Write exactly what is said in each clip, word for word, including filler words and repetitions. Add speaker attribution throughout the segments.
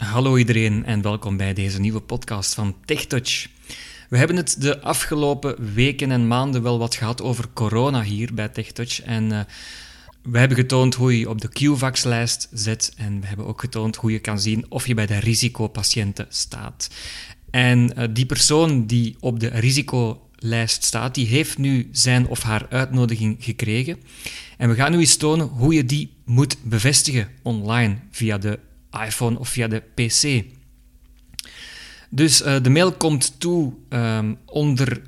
Speaker 1: Hallo iedereen en welkom bij deze nieuwe podcast van TechTouch. We hebben het de afgelopen weken en maanden wel wat gehad over corona hier bij TechTouch. En uh, we hebben getoond hoe je op de Q VAX-lijst zet en we hebben ook getoond hoe je kan zien of je bij de risicopatiënten staat. En uh, die persoon die op de risicolijst staat, die heeft nu zijn of haar uitnodiging gekregen. En we gaan nu eens tonen hoe je die moet bevestigen online via de iPhone of via de P C. Dus uh, de mail komt toe um, onder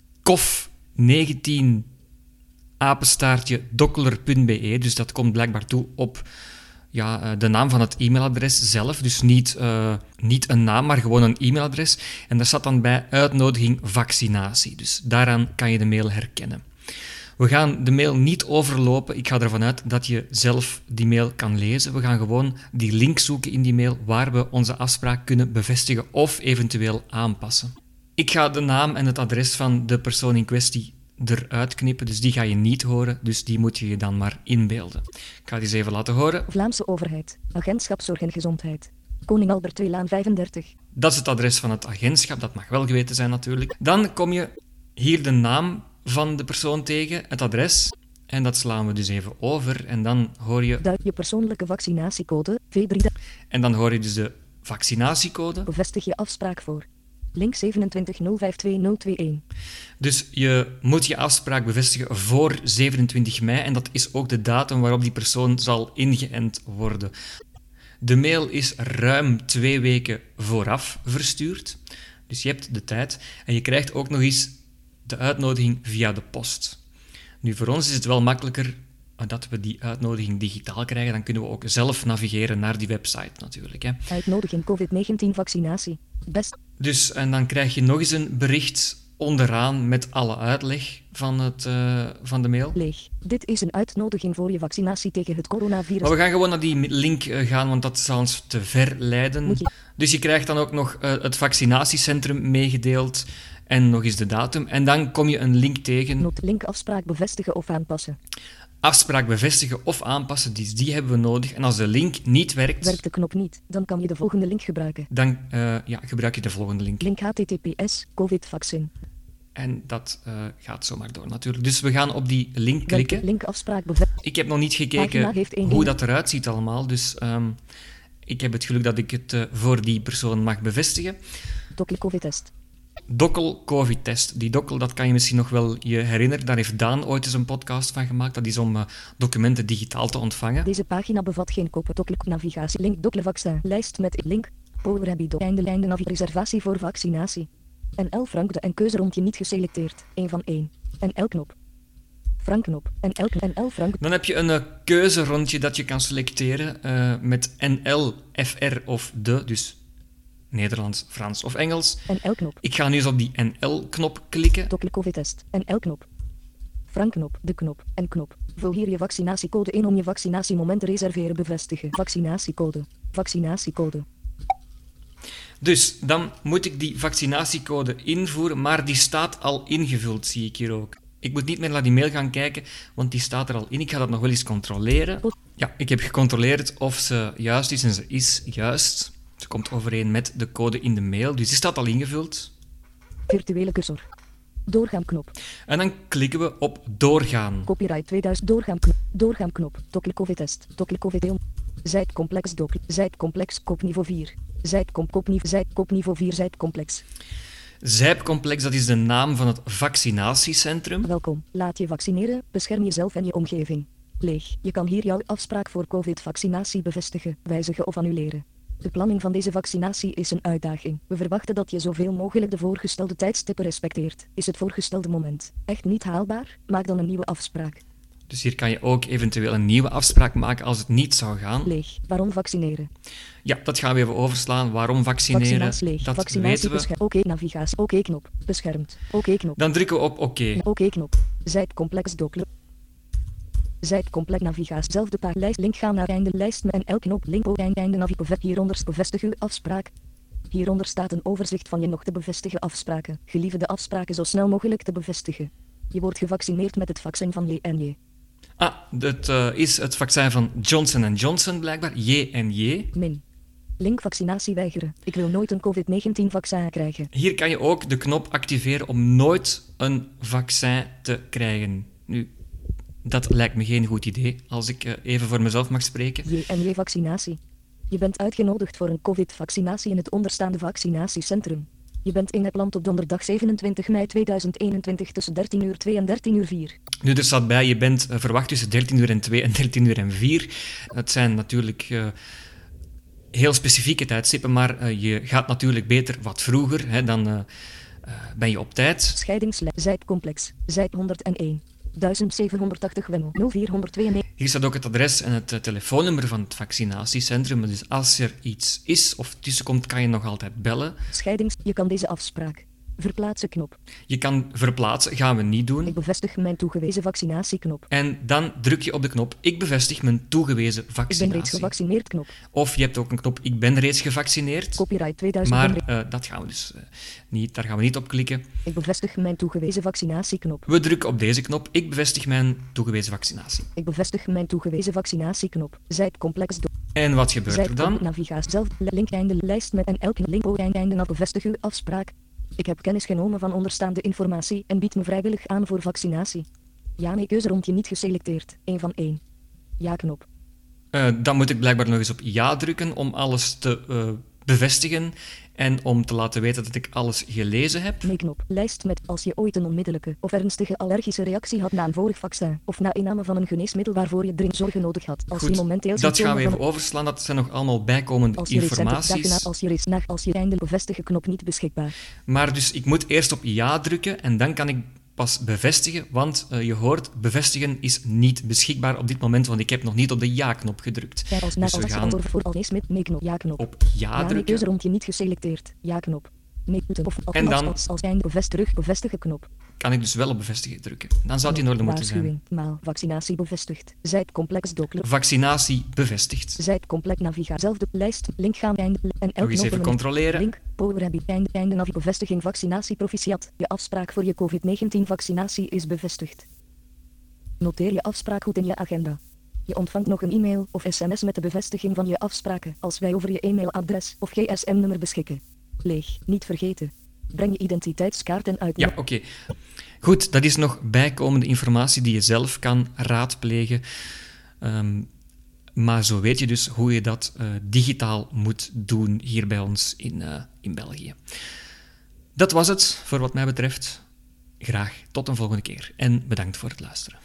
Speaker 1: kof negentien apenstaartje dokkeler punt b e. Dus dat komt blijkbaar toe op ja, uh, de naam van het e-mailadres zelf. Dus niet, uh, niet een naam, maar gewoon een e-mailadres. En daar staat dan bij uitnodiging vaccinatie. Dus daaraan kan je de mail herkennen. We gaan de mail niet overlopen. Ik ga ervan uit dat je zelf die mail kan lezen. We gaan gewoon die link zoeken in die mail waar we onze afspraak kunnen bevestigen of eventueel aanpassen. Ik ga de naam en het adres van de persoon in kwestie eruit knippen, dus die ga je niet horen, dus die moet je je dan maar inbeelden. Ik ga die eens even laten horen.
Speaker 2: Vlaamse overheid, agentschap Zorg en Gezondheid. Koning Albert Tweelaan vijfendertig.
Speaker 1: Dat is het adres van het agentschap, dat mag wel geweten zijn natuurlijk. Dan kom je hier de naam van de persoon tegen, het adres, en dat slaan we dus even over en dan hoor je...
Speaker 2: Duik je persoonlijke vaccinatiecode, V drie.
Speaker 1: En dan hoor je dus de vaccinatiecode.
Speaker 2: Bevestig je afspraak voor. Link zevenentwintig nul vijf twee nul twee een.
Speaker 1: Dus je moet je afspraak bevestigen voor zevenentwintig mei en dat is ook de datum waarop die persoon zal ingeënt worden. De mail is ruim twee weken vooraf verstuurd, dus je hebt de tijd en je krijgt ook nog eens de uitnodiging via de post. Nu, voor ons is het wel makkelijker dat we die uitnodiging digitaal krijgen. Dan kunnen we ook zelf navigeren naar die website natuurlijk. Hè.
Speaker 2: Uitnodiging covid negentien vaccinatie. Best.
Speaker 1: Dus, en dan krijg je nog eens een bericht onderaan met alle uitleg van, het, uh, van de mail.
Speaker 2: Leeg. Dit is een uitnodiging voor je vaccinatie tegen het coronavirus.
Speaker 1: Maar we gaan gewoon naar die link uh, gaan, want dat zal ons te ver leiden. Je... Dus je krijgt dan ook nog uh, het vaccinatiecentrum meegedeeld en nog eens de datum. En dan kom je een link tegen.
Speaker 2: Not link afspraak bevestigen of aanpassen.
Speaker 1: Afspraak bevestigen of aanpassen, dus die hebben we nodig. En als de link niet werkt...
Speaker 2: Werkt de knop niet, dan kan je de volgende link gebruiken.
Speaker 1: Dan uh, ja, gebruik je de volgende link.
Speaker 2: Link H T T P S, COVID-vaccin.
Speaker 1: En dat uh, gaat zomaar door natuurlijk. Dus we gaan op die link klikken.
Speaker 2: Werkt link afspraak bevestigen.
Speaker 1: Ik heb nog niet gekeken hoe dat eruit ziet allemaal, dus um, ik heb het geluk dat ik het uh, voor die persoon mag bevestigen.
Speaker 2: Dokkel COVID-test.
Speaker 1: Dokkel COVID-test. Die dokkel, dat kan je misschien nog wel je herinneren. Daar heeft Daan ooit eens een podcast van gemaakt. Dat is om uh, documenten digitaal te ontvangen.
Speaker 2: Deze pagina bevat geen koppen. Dokkel navigatie. Link dokkel vaccin. Lijst met link. Power Rabbit. Einde lijn de navigatie. Reservatie voor vaccinatie. N L Frank de en keuzerondje niet geselecteerd. één van één. N L-knop. Frank-knop. N L N L Frank.
Speaker 1: Dan heb je een uh, keuzerondje dat je kan selecteren uh, met N L, F R of de, dus Nederlands, Frans of Engels.
Speaker 2: N L-knop.
Speaker 1: Ik ga nu eens op die N L-knop klikken.
Speaker 2: Dokkel COVID-test. N L-knop. Frank-knop. De knop. En knop. Vul hier je vaccinatiecode in om je vaccinatiemoment te reserveren. Bevestigen. Vaccinatiecode. Vaccinatiecode.
Speaker 1: Dus dan moet ik die vaccinatiecode invoeren, maar die staat al ingevuld, zie ik hier ook. Ik moet niet meer naar die mail gaan kijken, want die staat er al in. Ik ga dat nog wel eens controleren. Ja, ik heb gecontroleerd of ze juist is en ze is juist. Ze komt overeen met de code in de mail, dus die staat al ingevuld.
Speaker 2: Virtuele cursor. Doorgaanknop.
Speaker 1: En dan klikken we op doorgaan.
Speaker 2: Copyright tweeduizend. Doorgaanknop. Doorgaanknop. Dokkel COVID-test. Dokkel COVID. Zijtcomplex. Dokkel. Zijtcomplex. Kopniveau vier. Zijtcom kopniveau. Zijtkopniveau vier. Zijtcomplex.
Speaker 1: Zijpcomplex, dat is de naam van het vaccinatiecentrum.
Speaker 2: Welkom. Laat je vaccineren. Bescherm jezelf en je omgeving. Leeg. Je kan hier jouw afspraak voor COVID-vaccinatie bevestigen, wijzigen of annuleren. De planning van deze vaccinatie is een uitdaging. We verwachten dat je zoveel mogelijk de voorgestelde tijdstippen respecteert. Is het voorgestelde moment echt niet haalbaar? Maak dan een nieuwe afspraak.
Speaker 1: Dus hier kan je ook eventueel een nieuwe afspraak maken als het niet zou gaan.
Speaker 2: Leeg. Waarom vaccineren?
Speaker 1: Ja, dat gaan we even overslaan. Waarom vaccineren?
Speaker 2: Vaccinatie leeg.
Speaker 1: Dat
Speaker 2: Vaccinatie
Speaker 1: weten we.
Speaker 2: Oké, okay, navigatie. Oké, okay, knop. Beschermd. Oké, okay, knop.
Speaker 1: Dan drukken we op oké. Okay.
Speaker 2: Oké, okay, knop. Zijtcomplex dokkel. Zijtcomplex navigatie. Zelfde paar lijst. Link gaan naar einde lijst met een L-knop. Link o einde einde navigatie. Hieronder bevestig uw afspraak. Hieronder staat een overzicht van je nog te bevestigen afspraken. Gelieve de afspraken zo snel mogelijk te bevestigen. Je wordt gevaccineerd met het vaccin van J en J.
Speaker 1: Ah, dat uh, is het vaccin van Johnson en Johnson blijkbaar. J en J.
Speaker 2: Min. Link vaccinatie weigeren. Ik wil nooit een covid negentien vaccin krijgen.
Speaker 1: Hier kan je ook de knop activeren om nooit een vaccin te krijgen. Nu, dat lijkt me geen goed idee, als ik uh, even voor mezelf mag spreken.
Speaker 2: J en J vaccinatie. Je bent uitgenodigd voor een covid-vaccinatie in het onderstaande vaccinatiecentrum. Je bent in het land op donderdag zevenentwintig mei tweeduizend eenentwintig tussen dertien uur twee en dertien uur vier.
Speaker 1: Nu, er staat bij, je bent uh, verwacht tussen dertien uur en twee en dertien uur en vier. Het zijn natuurlijk uh, heel specifieke tijdstippen, maar uh, je gaat natuurlijk beter wat vroeger, hè, dan uh, uh, ben je op tijd.
Speaker 2: Scheidingslijn, Zuidcomplex, Zuid honderdéén, zevenhonderdtachtig Wemmel, nul vierhonderdtweeënnegentig.
Speaker 1: Hier staat ook het adres en het uh, telefoonnummer van het vaccinatiecentrum. Dus als er iets is of tussenkomt, kan je nog altijd bellen.
Speaker 2: Scheidings, je kan deze afspraak verplaatsen knop.
Speaker 1: Je kan verplaatsen, gaan we niet doen.
Speaker 2: Ik bevestig mijn toegewezen vaccinatieknop.
Speaker 1: En dan druk je op de knop ik bevestig mijn toegewezen vaccinatie.
Speaker 2: Ik ben reeds gevaccineerd knop.
Speaker 1: Of je hebt ook een knop ik ben reeds gevaccineerd.
Speaker 2: Copyright tweeduizend.
Speaker 1: Maar uh, dat gaan we dus uh, niet, daar gaan we niet op klikken.
Speaker 2: Ik bevestig mijn toegewezen vaccinatieknop.
Speaker 1: We drukken op deze knop ik bevestig mijn toegewezen vaccinatie.
Speaker 2: Ik bevestig mijn toegewezen vaccinatieknop. Zuidcomplex.
Speaker 1: En wat gebeurt er dan?
Speaker 2: Navigatie zelf, link einde lijst met en elke link o einde na bevestig uw afspraak. Ik heb kennis genomen van onderstaande informatie en bied me vrijwillig aan voor vaccinatie. Ja, nee, keuzerondje niet geselecteerd. één van één. Ja knop.
Speaker 1: Uh, dan moet ik blijkbaar nog eens op ja drukken om alles te uh, bevestigen en om te laten weten dat ik alles gelezen heb.
Speaker 2: Nee knop. Lijst met als je ooit een onmiddellijke of ernstige allergische reactie had na een vorig vaccin of na inname van een geneesmiddel waarvoor je dringend zorgen nodig had. Als
Speaker 1: Goed,
Speaker 2: je momenteel
Speaker 1: dat gaan we even
Speaker 2: van...
Speaker 1: overslaan. Dat zijn nog allemaal bijkomende
Speaker 2: als je
Speaker 1: informaties.
Speaker 2: Na, als je reeds na, als je eindelijk bevestigen knop niet beschikbaar.
Speaker 1: Maar dus ik moet eerst op ja drukken en dan kan ik pas bevestigen, want uh, je hoort, bevestigen is niet beschikbaar op dit moment, want ik heb nog niet op de ja-knop gedrukt.
Speaker 2: Ja, als
Speaker 1: dus we gaan
Speaker 2: voor, voor al met nee-knop, ja-knop.
Speaker 1: op ja,
Speaker 2: ja
Speaker 1: drukken.
Speaker 2: Nee, keuzerondje niet geselecteerd, ja-knop. Nee, of als,
Speaker 1: en dan
Speaker 2: als, als, als einde bevest, terug bevestigen knop.
Speaker 1: Kan ik dus wel op bevestigen drukken. Dan zou het in orde moeten zijn.
Speaker 2: Maal, vaccinatie bevestigd. Zuidcomplex dockler.
Speaker 1: Vaccinatie bevestigd.
Speaker 2: Zuidcomplex navigatie. Zelfde lijst, link gaan einde en elk
Speaker 1: nog eens even controleren.
Speaker 2: Link, PowerAbby, einde, einde navi bevestiging vaccinatie proficiat. Je afspraak voor je covid negentien vaccinatie is bevestigd. Noteer je afspraak goed in je agenda. Je ontvangt nog een e-mail of sms met de bevestiging van je afspraken als wij over je e-mailadres of G S M-nummer beschikken. Leeg, niet vergeten. Breng je identiteitskaarten uit.
Speaker 1: Ja, oké. Okay. Goed, dat is nog bijkomende informatie die je zelf kan raadplegen. Um, maar zo weet je dus hoe je dat uh, digitaal moet doen hier bij ons in, uh, in België. Dat was het voor wat mij betreft. Graag tot een volgende keer en bedankt voor het luisteren.